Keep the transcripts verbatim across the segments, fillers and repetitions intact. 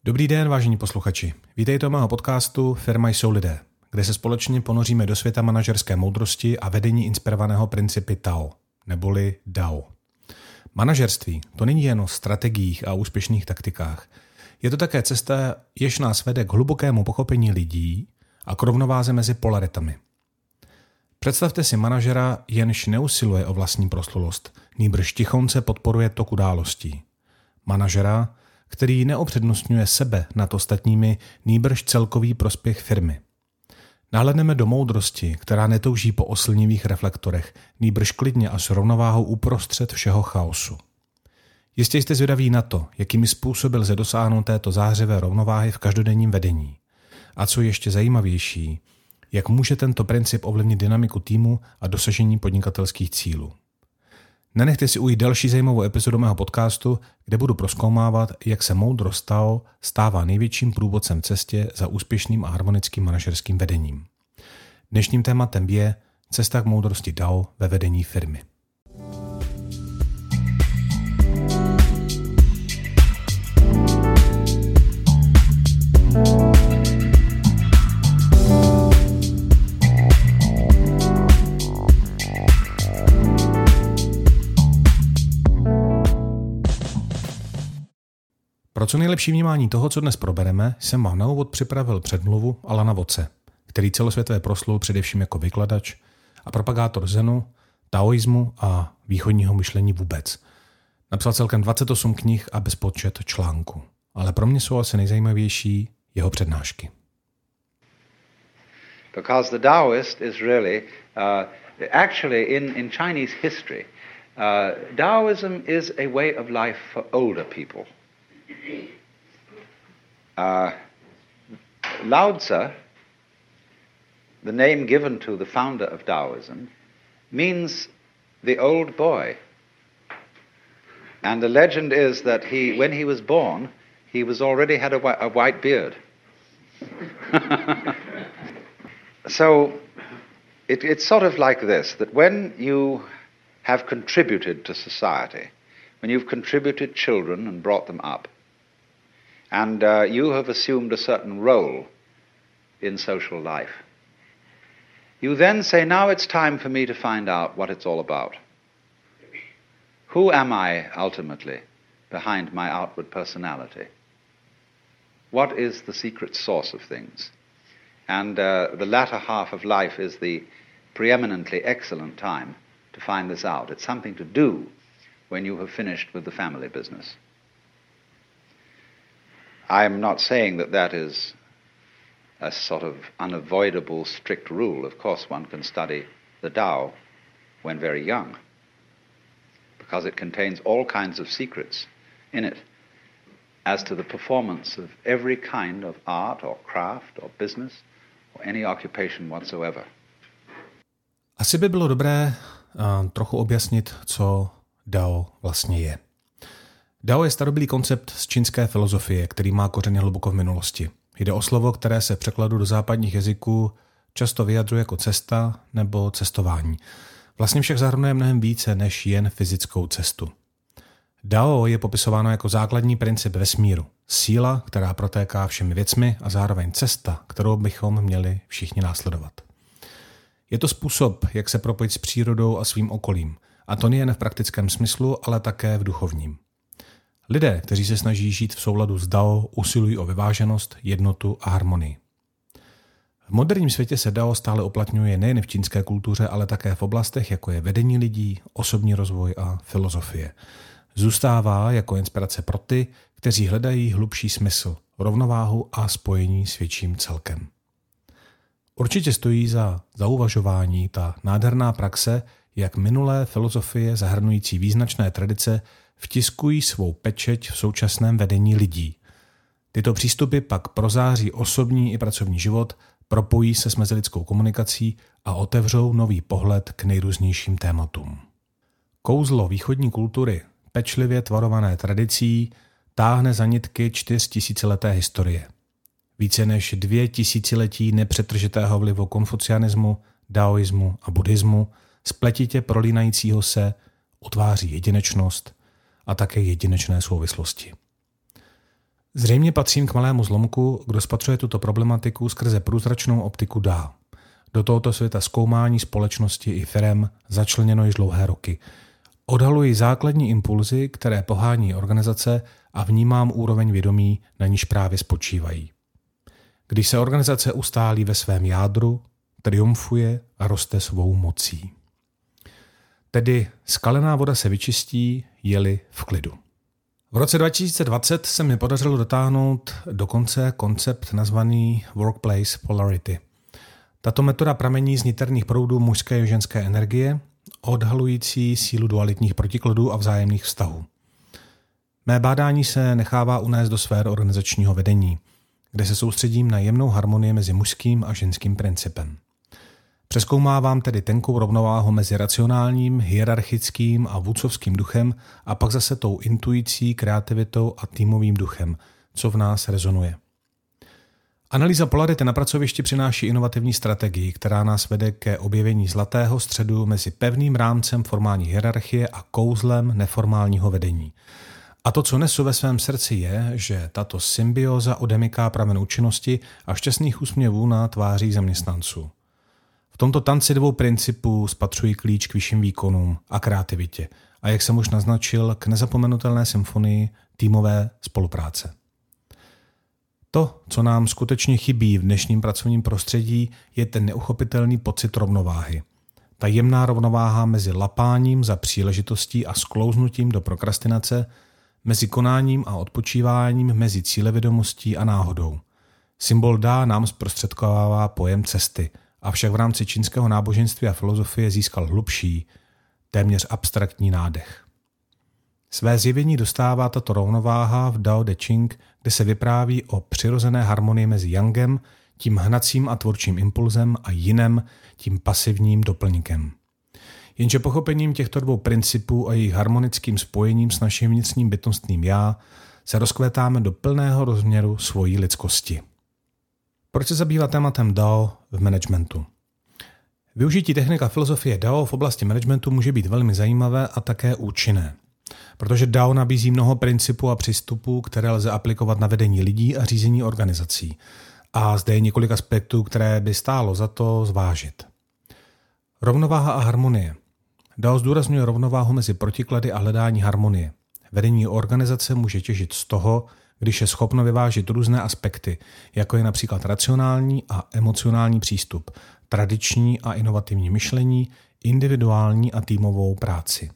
Dobrý den, vážení posluchači. Vítejte u mého podcastu Firma jsou lidé, kde se společně ponoříme do světa manažerské moudrosti a vedení inspirovaného principy T A O, neboli D A O. Manažerství to není jen o strategiích a úspěšných taktikách. Je to také cesta, jež nás vede k hlubokému pochopení lidí a k rovnováze mezi polaritami. Představte si manažera, jenž neusiluje o vlastní proslulost, nýbrž tichonce podporuje tok událostí. Manažera, který neopřednostňuje sebe nad ostatními, nýbrž celkový prospěch firmy. Nahlédneme do moudrosti, která netouží po oslnivých reflektorech, nýbrž klidně a s rovnováhou uprostřed všeho chaosu. Jistě jste zvědaví na to, jakými způsoby lze dosáhnout této zářivé rovnováhy v každodenním vedení. A co ještě zajímavější, jak může tento princip ovlivnit dynamiku týmu a dosažení podnikatelských cílů. Nenechte si ujít další zajímavou epizodu mého podcastu, kde budu prozkoumávat, jak se moudrost T A O stává největším průvodcem v cestě za úspěšným a harmonickým manažerským vedením. Dnešním tématem je cesta k moudrosti T A O ve vedení firmy. Pro co nejlepší vnímání toho, co dnes probereme, jsem vám na úvod připravil předmluvu Alana Watse, který celosvětové proslul především jako vykladač a propagátor zenu, taoismu a východního myšlení vůbec. Napsal celkem dvacet osm knih a bezpočet článků, ale pro mě jsou asi nejzajímavější jeho přednášky. Because the Taoist is really, uh, actually in, in Chinese history, uh, Taoism is a way of life for older people. Uh, Lao Tzu, the name given to the founder of Taoism, means the old boy. And the legend is that he, when he was born, he was already had a, a white beard. So it, it's sort of like this, that when you have contributed to society, when you've contributed children and brought them up, and uh, you have assumed a certain role in social life, you then say, now it's time for me to find out what it's all about. Who am I ultimately behind my outward personality? What is the secret source of things? And uh, the latter half of life is the preeminently excellent time to find this out. It's something to do when you have finished with the family business. I'm not saying that that is a sort of unavoidable, strict rule. Of course, one can study the Tao when very young, because it contains all kinds of secrets in it as to the performance of every kind of art or craft or business or any occupation whatsoever. Asi by bylo dobré uh, trochu objasnit, co D A O vlastně je. D A O je starobylý koncept z čínské filozofie, který má kořeny hluboko v minulosti. Jde o slovo, které se v překladu do západních jazyků často vyjadřuje jako cesta nebo cestování. Vlastně však zahrnuje mnohem více než jen fyzickou cestu. D A O je popisováno jako základní princip vesmíru, síla, která protéká všemi věcmi a zároveň cesta, kterou bychom měli všichni následovat. Je to způsob, jak se propojit s přírodou a svým okolím, a to nejen v praktickém smyslu, ale také v duchovním. Lidé, kteří se snaží žít v souladu s D A O, usilují o vyváženost, jednotu a harmonii. V moderním světě se D A O stále uplatňuje nejen v čínské kultuře, ale také v oblastech, jako je vedení lidí, osobní rozvoj a filozofie. Zůstává jako inspirace pro ty, kteří hledají hlubší smysl, rovnováhu a spojení s větším celkem. Určitě stojí za zauvažování ta nádherná praxe, jak minulé filozofie zahrnující význačné tradice vtiskují svou pečeť v současném vedení lidí. Tyto přístupy pak prozáří osobní i pracovní život, propojí se s mezilidskou komunikací a otevřou nový pohled k nejrůznějším tématům. Kouzlo východní kultury, pečlivě tvarované tradicí, táhne za nitky čtyřtisícileté historie. Více než dvě tisíciletí nepřetržitého vlivu konfucianismu, daoismu a buddhismu, spletitě prolínajícího se, utváří jedinečnost a také jedinečné souvislosti. Zřejmě patřím k malému zlomku, kdo spatřuje tuto problematiku skrze průzračnou optiku dá. Do tohoto světa zkoumání společnosti i firem začleněno již dlouhé roky. Odhaluji základní impulzy, které pohání organizace a vnímám úroveň vědomí, na níž právě spočívají. Když se organizace ustálí ve svém jádru, triumfuje a roste svou mocí. Tedy skalená voda se vyčistí, je-li v klidu. V roce dva tisíce dvacet se mi podařilo dotáhnout do konce koncept nazvaný Workplace Polarity. Tato metoda pramení z niterných proudů mužské a ženské energie, odhalující sílu dualitních protikladů a vzájemných vztahů. Mé bádání se nechává unést do sfér organizačního vedení, kde se soustředím na jemnou harmonii mezi mužským a ženským principem. Přezkoumávám tedy tenkou rovnováhu mezi racionálním, hierarchickým a vůdcovským duchem a pak zase tou intuicí, kreativitou a týmovým duchem, co v nás rezonuje. Analýza polarity na pracovišti přináší inovativní strategii, která nás vede ke objevení zlatého středu mezi pevným rámcem formální hierarchie a kouzlem neformálního vedení. A to, co nesu ve svém srdci, je, že tato symbioza odemyká pramen účinnosti a šťastných úsměvů na tvářích zaměstnanců. V tomto tanci dvou principů spatřuji klíč k vyšším výkonům a kreativitě a, jak jsem už naznačil, k nezapomenutelné symfonii týmové spolupráce. To, co nám skutečně chybí v dnešním pracovním prostředí, je ten neuchopitelný pocit rovnováhy. Ta jemná rovnováha mezi lapáním za příležitostí a sklouznutím do prokrastinace, mezi konáním a odpočíváním, mezi cílevědomostí a náhodou. Symbol dá nám zprostředkovává pojem cesty, avšak v rámci čínského náboženství a filozofie získal hlubší, téměř abstraktní nádech. Své zjevení dostává tato rovnováha v Dao De Ching, kde se vypráví o přirozené harmonii mezi yangem, tím hnacím a tvůrčím impulzem, a jinem, tím pasivním doplňkem. Jenže pochopením těchto dvou principů a jejich harmonickým spojením s naším vnitřním bytostným já se rozkvétáme do plného rozměru svojí lidskosti. Proč se zabývat tématem Dao v managementu? Využití technika filozofie Dao v oblasti managementu může být velmi zajímavé a také účinné, protože Dao nabízí mnoho principů a přístupů, které lze aplikovat na vedení lidí a řízení organizací. A zde je několik aspektů, které by stálo za to zvážit. Rovnováha a harmonie. Dao zdůrazňuje rovnováhu mezi protiklady a hledání harmonie. Vedení organizace může těžit z toho, když je schopno vyvážit různé aspekty, jako je například racionální a emocionální přístup, tradiční a inovativní myšlení, individuální a týmovou práci.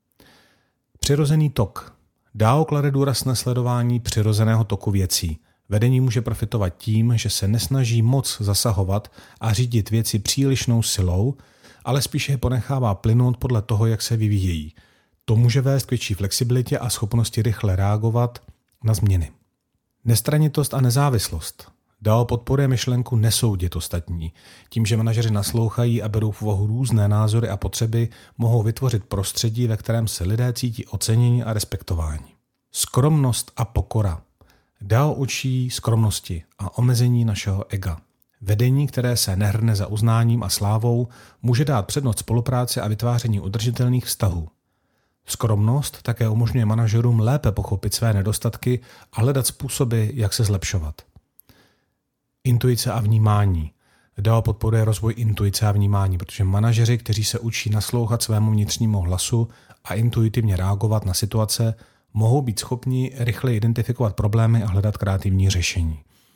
Přirozený tok. Dao klade důraz na sledování přirozeného toku věcí. Vedení může profitovat tím, že se nesnaží moc zasahovat a řídit věci přílišnou silou, ale spíše je ponechává plynout podle toho, jak se vyvíjejí. To může vést k větší flexibilitě a schopnosti rychle reagovat na změny. Nestranitost a nezávislost. Dao podporuje myšlenku nesoudit ostatní. Tím, že manažeři naslouchají a berou v úvahu různé názory a potřeby, mohou vytvořit prostředí, ve kterém se lidé cítí oceněni a respektováni. Skromnost a pokora. Dao učí skromnosti a omezení našeho ega. Vedení, které se nehrne za uznáním a slávou, může dát přednost spolupráci a vytváření udržitelných vztahů. Skromnost také umožňuje manažerům lépe pochopit své nedostatky a hledat způsoby, jak se zlepšovat. Intuice a vnímání. Dao podporuje rozvoj intuice a vnímání, protože manažeři, kteří se učí naslouchat svému vnitřnímu hlasu a intuitivně reagovat na situace, mohou být schopni rychle identifikovat problémy a hledat kreativní řešení.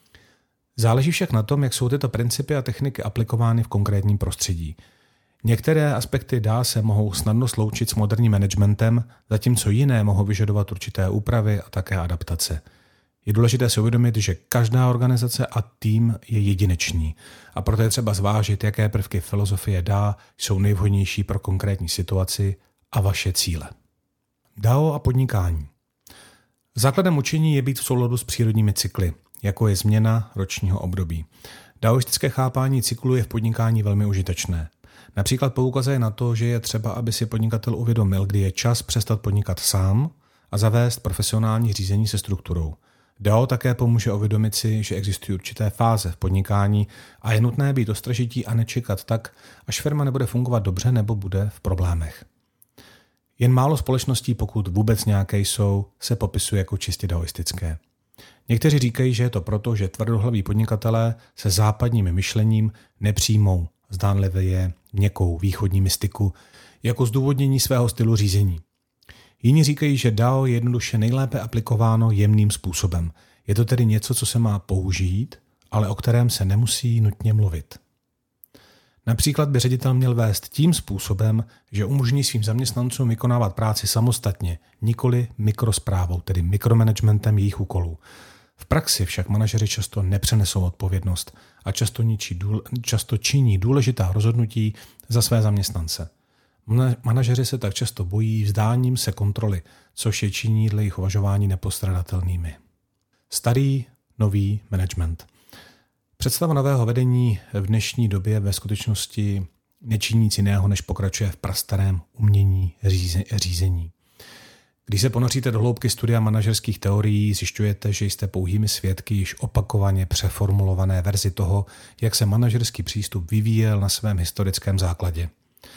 Záleží však na tom, jak jsou tyto principy a techniky aplikovány v konkrétním prostředí. Některé aspekty dá se mohou snadno sloučit s moderním managementem, zatímco jiné mohou vyžadovat určité úpravy a také adaptace. Je důležité si uvědomit, že každá organizace a tým je jedinečný a proto je třeba zvážit, jaké prvky filozofie dá jsou nejvhodnější pro konkrétní situaci a vaše cíle. Dao a podnikání. Základem učení je být v souladu s přírodními cykly, jako je změna ročního období. Daoistické chápání cyklu je v podnikání velmi užitečné. Například poukazuje na to, že je třeba, aby si podnikatel uvědomil, kdy je čas přestat podnikat sám a zavést profesionální řízení se strukturou. Dao také pomůže uvědomit si, že existují určité fáze v podnikání a je nutné být ostražití a nečekat tak, až firma nebude fungovat dobře nebo bude v problémech. Jen málo společností, pokud vůbec nějaké jsou, se popisuje jako čistě daoistické. Někteří říkají, že je to proto, že tvrdohlaví podnikatelé se západním myšlením nepřijmou zdánlivě měkkou východní mystiku jako zdůvodnění svého stylu řízení. Jiní říkají, že Dao je jednoduše nejlépe aplikováno jemným způsobem. Je to tedy něco, co se má použít, ale o kterém se nemusí nutně mluvit. Například by ředitel měl vést tím způsobem, že umožní svým zaměstnancům vykonávat práci samostatně, nikoli mikrosprávou, tedy mikromanagementem jejich úkolů. V praxi však manažeři často nepřenesou odpovědnost a často, ničí, často činí důležitá rozhodnutí za své zaměstnance. Manažeři se tak často bojí vzdáním se kontroly, což je činí dle jejich uvažování nepostradatelnými. Starý, nový management. Představa nového vedení v dnešní době ve skutečnosti nečiní nic jiného, než pokračuje v prastarém umění řízení. Když se ponoříte do hloubky studia manažerských teorií, zjišťujete, že jste pouhými svědky již opakovaně přeformulované verzi toho, jak se manažerský přístup vyvíjel na svém historickém základě.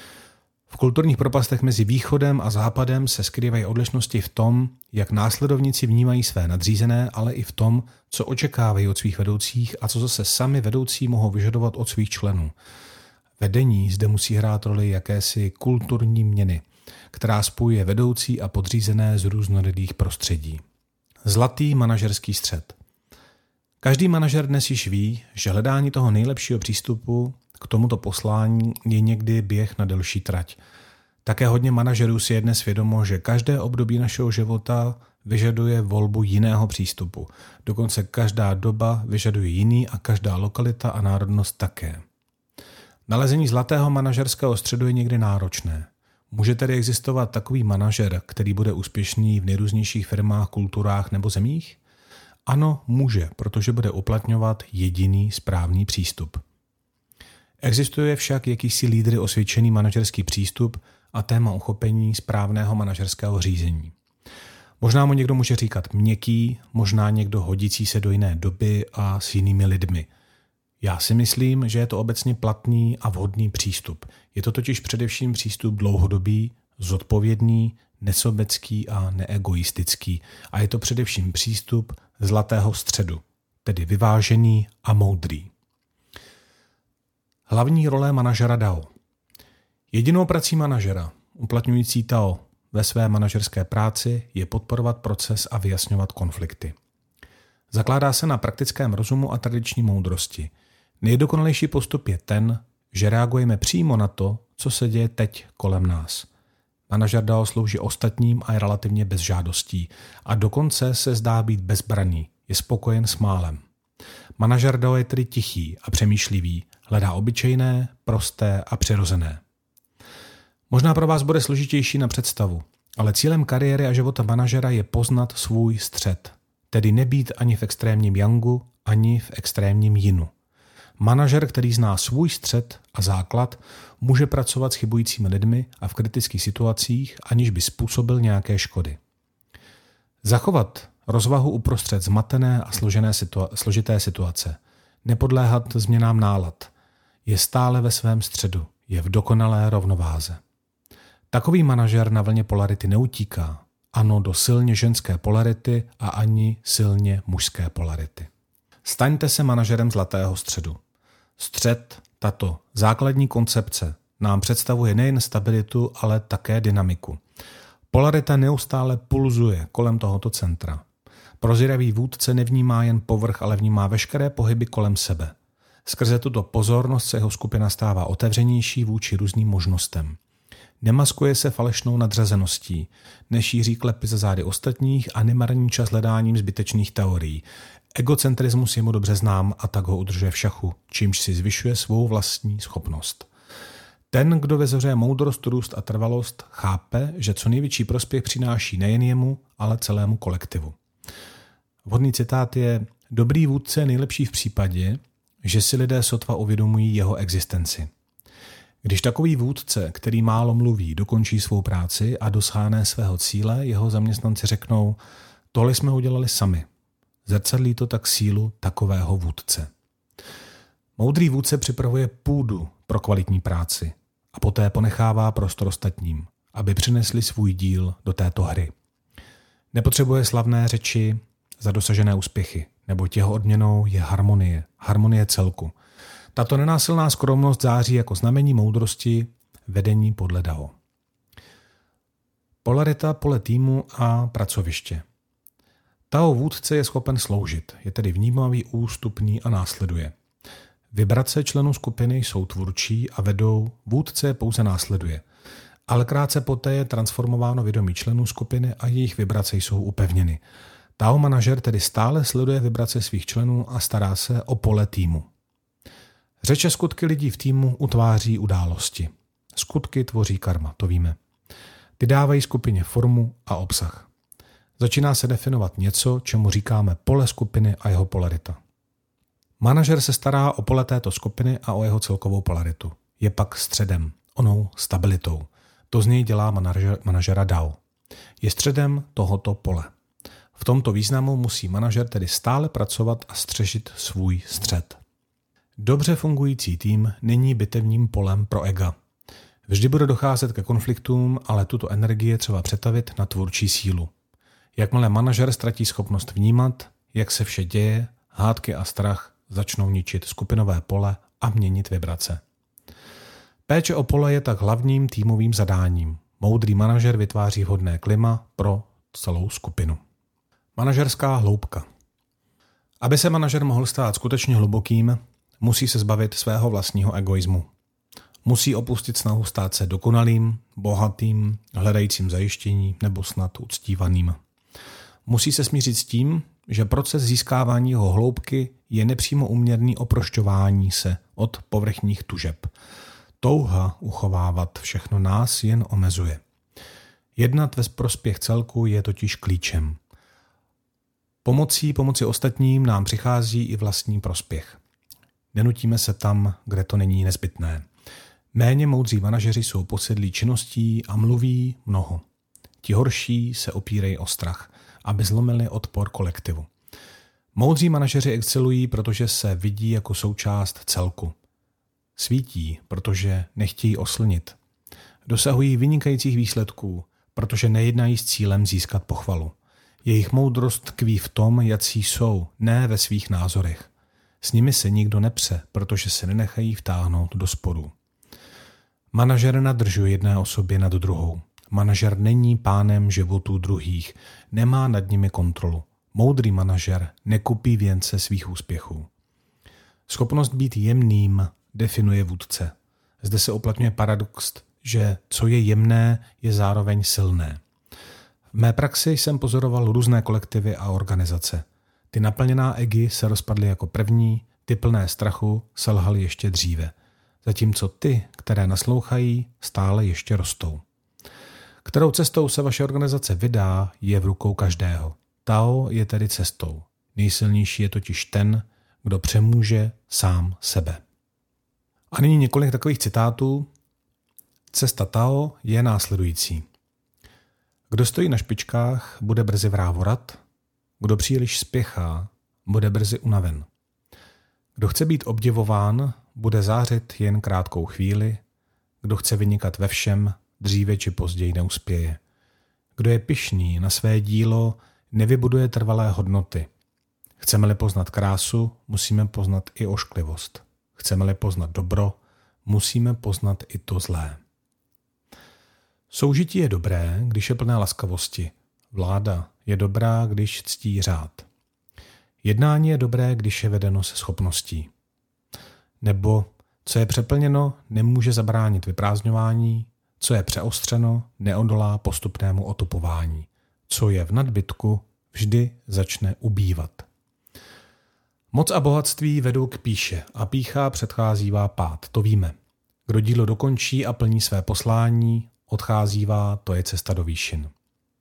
V kulturních propastech mezi východem a západem se skrývají odlišnosti v tom, jak následovníci vnímají své nadřízené, ale i v tom, co očekávají od svých vedoucích a co zase sami vedoucí mohou vyžadovat od svých členů. Vedení zde musí hrát roli jakési kulturní měny, která spojuje vedoucí a podřízené z různorodých prostředí. Zlatý manažerský střed. Každý manažer dnes již ví, že hledání toho nejlepšího přístupu k tomuto poslání je někdy běh na delší trať. Také hodně manažerů si je dnes vědomo, že každé období našeho života vyžaduje volbu jiného přístupu. Dokonce každá doba vyžaduje jiný a každá lokalita a národnost také. Nalezení zlatého manažerského středu je někdy náročné. Může tedy existovat takový manažer, který bude úspěšný v nejrůznějších firmách, kulturách nebo zemích? Ano, může, protože bude uplatňovat jediný správný přístup. Existuje však jakýsi lídry osvědčený manažerský přístup a téma uchopení správného manažerského řízení. Možná mu někdo může říkat měkký, možná někdo hodící se do jiné doby a s jinými lidmi. Já si myslím, že je to obecně platný a vhodný přístup. Je to totiž především přístup dlouhodobý, zodpovědný, nesobecký a neegoistický. A je to především přístup zlatého středu, tedy vyvážený a moudrý. Hlavní role manažera Dao. Jedinou prací manažera, uplatňující Dao ve své manažerské práci, je podporovat proces a vyjasňovat konflikty. Zakládá se na praktickém rozumu a tradiční moudrosti. Nejdokonalejší postup je ten, že reagujeme přímo na to, co se děje teď kolem nás. Manažer Dao slouží ostatním a je relativně bez žádostí a dokonce se zdá být bezbranný, je spokojen s málem. Manažer Dao je tedy tichý a přemýšlivý, hledá obyčejné, prosté a přirozené. Možná pro vás bude složitější na představu, ale cílem kariéry a života manažera je poznat svůj střed, tedy nebýt ani v extrémním yangu, ani v extrémním yinu. Manažer, který zná svůj střed a základ, může pracovat s chybujícími lidmi a v kritických situacích, aniž by způsobil nějaké škody. Zachovat rozvahu uprostřed zmatené a složené situa- složité situace, nepodléhat změnám nálad, je stále ve svém středu, je v dokonalé rovnováze. Takový manažer na vlně polarity neutíká, ano do silně ženské polarity a ani silně mužské polarity. Staňte se manažerem zlatého středu. Střed, tato základní koncepce, nám představuje nejen stabilitu, ale také dynamiku. Polarita neustále pulzuje kolem tohoto centra. Prozíravý vůdce nevnímá jen povrch, ale vnímá veškeré pohyby kolem sebe. Skrze tuto pozornost se jeho skupina stává otevřenější vůči různým možnostem. Nemaskuje se falešnou nadřazeností, nešíří klepy za zády ostatních a nemarní čas hledáním zbytečných teorií. Egocentrismus je mu dobře znám a tak ho udržuje v šachu, čímž si zvyšuje svou vlastní schopnost. Ten, kdo vyzořeje moudrost, růst a trvalost, chápe, že co největší prospěch přináší nejen jemu, ale celému kolektivu. Vhodný citát je: dobrý vůdce je nejlepší v případě, že si lidé sotva uvědomují jeho existenci. Když takový vůdce, který málo mluví, dokončí svou práci a dosáhne svého cíle, jeho zaměstnanci řeknou: tohle jsme udělali sami. Zrcadlí to tak sílu takového vůdce. Moudrý vůdce připravuje půdu pro kvalitní práci a poté ponechává prostor ostatním, aby přinesli svůj díl do této hry. Nepotřebuje slavné řeči, za dosažené úspěchy, neboť jeho odměnou je harmonie, harmonie celku. Tato nenásilná skromnost září jako znamení moudrosti vedení podle Dao. Polarita pole týmu a pracoviště. Tao vůdce je schopen sloužit, je tedy vnímavý, ústupný a následuje. Vibrace členů skupiny jsou tvůrčí a vedou, vůdce pouze následuje. Ale krátce poté je transformováno vědomí členů skupiny a jejich vibrace jsou upevněny. Tao manažer tedy stále sleduje vibrace svých členů a stará se o pole týmu. Řeče skutky lidí v týmu utváří události. Skutky tvoří karma, to víme. Ty dávají skupině formu a obsah. Začíná se definovat něco, čemu říkáme pole skupiny a jeho polarita. Manažer se stará o pole této skupiny a o jeho celkovou polaritu. Je pak středem, onou stabilitou. To z něj dělá manažer, manažera Dao. Je středem tohoto pole. V tomto významu musí manažer tedy stále pracovat a střežit svůj střed. Dobře fungující tým není bitevním polem pro ega. Vždy bude docházet ke konfliktům, ale tuto energii je třeba přetavit na tvůrčí sílu. Jakmile manažer ztratí schopnost vnímat, jak se vše děje, hádky a strach začnou ničit skupinové pole a měnit vibrace. Péče o pole je tak hlavním týmovým zadáním. Moudrý manažer vytváří vhodné klima pro celou skupinu. Manažerská hloubka. Aby se manažer mohl stát skutečně hlubokým, musí se zbavit svého vlastního egoismu. Musí opustit snahu stát se dokonalým, bohatým, hledajícím zajištění nebo snad uctívaným. Musí se smířit s tím, že proces získávání jeho hloubky je nepřímo úměrný oprošťování se od povrchních tužeb. Touha uchovávat všechno nás jen omezuje. Jednat ve prospěch celku je totiž klíčem. Pomocí pomoci ostatním nám přichází i vlastní prospěch. Nenutíme se tam, kde to není nezbytné. Méně moudří manažeři jsou posedlí činností a mluví mnoho. Ti horší se opírají o strach, aby zlomili odpor kolektivu. Moudří manažeři excelují, protože se vidí jako součást celku. Svítí, protože nechtějí oslnit. Dosahují vynikajících výsledků, protože nejednají s cílem získat pochvalu. Jejich moudrost tkví v tom, jací jsou, ne ve svých názorech. S nimi se nikdo nepře, protože se nenechají vtáhnout do sporů. Manažer nadržuje jedné osobě nad druhou. Manažer není pánem životů druhých, nemá nad nimi kontrolu. Moudrý manažer nekupí věnce svých úspěchů. Schopnost být jemným definuje vůdce. Zde se uplatňuje paradox, že co je jemné, je zároveň silné. V mé praxi jsem pozoroval různé kolektivy a organizace. Ty naplněná egi se rozpadly jako první, ty plné strachu selhaly ještě dříve. Zatímco ty, které naslouchají, stále ještě rostou. Kterou cestou se vaše organizace vydá, je v rukou každého. Tao je tedy cestou. Nejsilnější je totiž ten, kdo přemůže sám sebe. A nyní několik takových citátů. Cesta Tao je následující. Kdo stojí na špičkách, bude brzy vrávorat. Kdo příliš spěchá, bude brzy unaven. Kdo chce být obdivován, bude zářit jen krátkou chvíli. Kdo chce vynikat ve všem, dříve či později neuspěje. Kdo je pyšný na své dílo, nevybuduje trvalé hodnoty. Chceme-li poznat krásu, musíme poznat i ošklivost. Chceme-li poznat dobro, musíme poznat i to zlé. Soužití je dobré, když je plné laskavosti. Vláda je dobrá, když ctí řád. Jednání je dobré, když je vedeno se schopností. Nebo co je přeplněno, nemůže zabránit vyprázdňování, co je přeostřeno, neodolá postupnému otupování. Co je v nadbytku, vždy začne ubývat. Moc a bohatství vedou k píše a pýcha předcházívá pád, to víme. Kdo dílo dokončí a plní své poslání, odcházívá, to je cesta do výšin.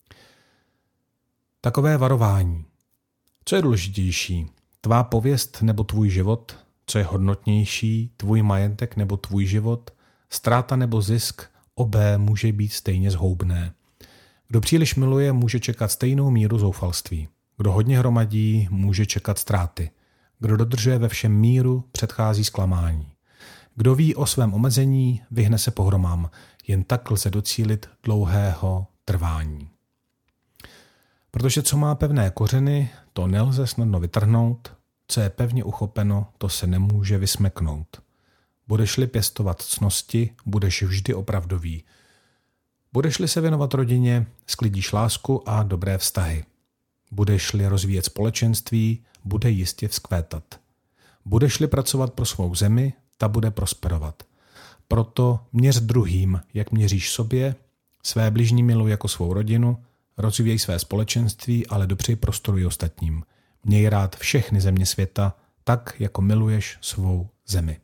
Takové varování. Co je důležitější? Tvá pověst nebo tvůj život? Co je hodnotnější? Tvůj majetek nebo tvůj život? Ztráta nebo zisk? Obé může být stejně zhoubné. Kdo příliš miluje, může čekat stejnou míru zoufalství. Kdo hodně hromadí, může čekat ztráty. Kdo dodržuje ve všem míru, předchází zklamání. Kdo ví o svém omezení, vyhne se pohromám. Jen tak lze docílit dlouhého trvání. Protože co má pevné kořeny, to nelze snadno vytrhnout, co je pevně uchopeno, to se nemůže vysmeknout. Budeš-li pěstovat ctnosti, budeš vždy opravdový. Budeš-li se věnovat rodině, sklidíš lásku a dobré vztahy. Budeš-li rozvíjet společenství, bude jistě vzkvétat. Budeš-li pracovat pro svou zemi, ta bude prosperovat. Proto měř druhým, jak měříš sobě, své bližní miluj jako svou rodinu, rozvíjej své společenství, ale dopřej prostoru i ostatním. Měj rád všechny země světa, tak, jako miluješ svou zemi.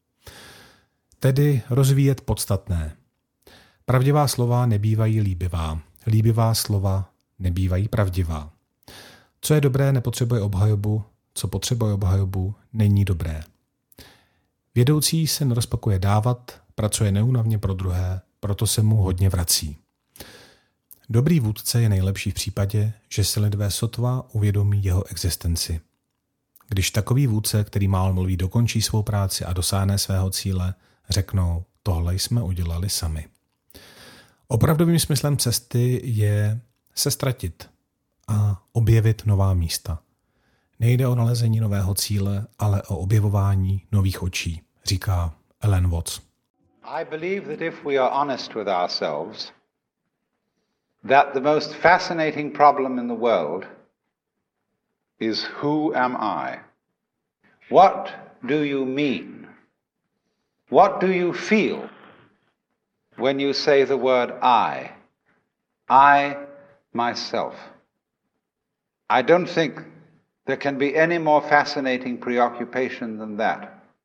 Tedy rozvíjet podstatné. Pravdivá slova nebývají líbivá. Líbivá slova nebývají pravdivá. Co je dobré, nepotřebuje obhajobu, co potřebuje obhajobu, není dobré. Vědoucí se nerozpakuje dávat, pracuje neúnavně pro druhé, proto se mu hodně vrací. Dobrý vůdce je nejlepší v případě, že si lidé sotva uvědomí jeho existenci. Když takový vůdce, který málo mluví, dokončí svou práci a dosáhne svého cíle, řeknou, tohle jsme udělali sami. Opravdovým smyslem cesty je se ztratit a objevit nová místa. Nejde o nalezení nového cíle, ale o objevování nových očí, říká Alan Watts. I believe that if we are honest with ourselves, that the most fascinating problem in the world is who am I? What do you mean? What do you feel when you say the word I? I, myself. I don't think there can be any more fascinating preoccupation than that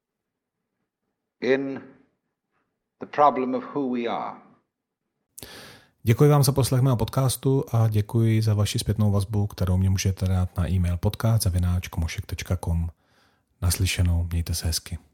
in the problem of who we are. Děkuji vám za poslech mého podcastu a děkuji za vaši zpětnou vazbu, kterou mě můžete dát na e-mail podcast zavináč komošek tečka com. Naslyšenou, mějte se hezky.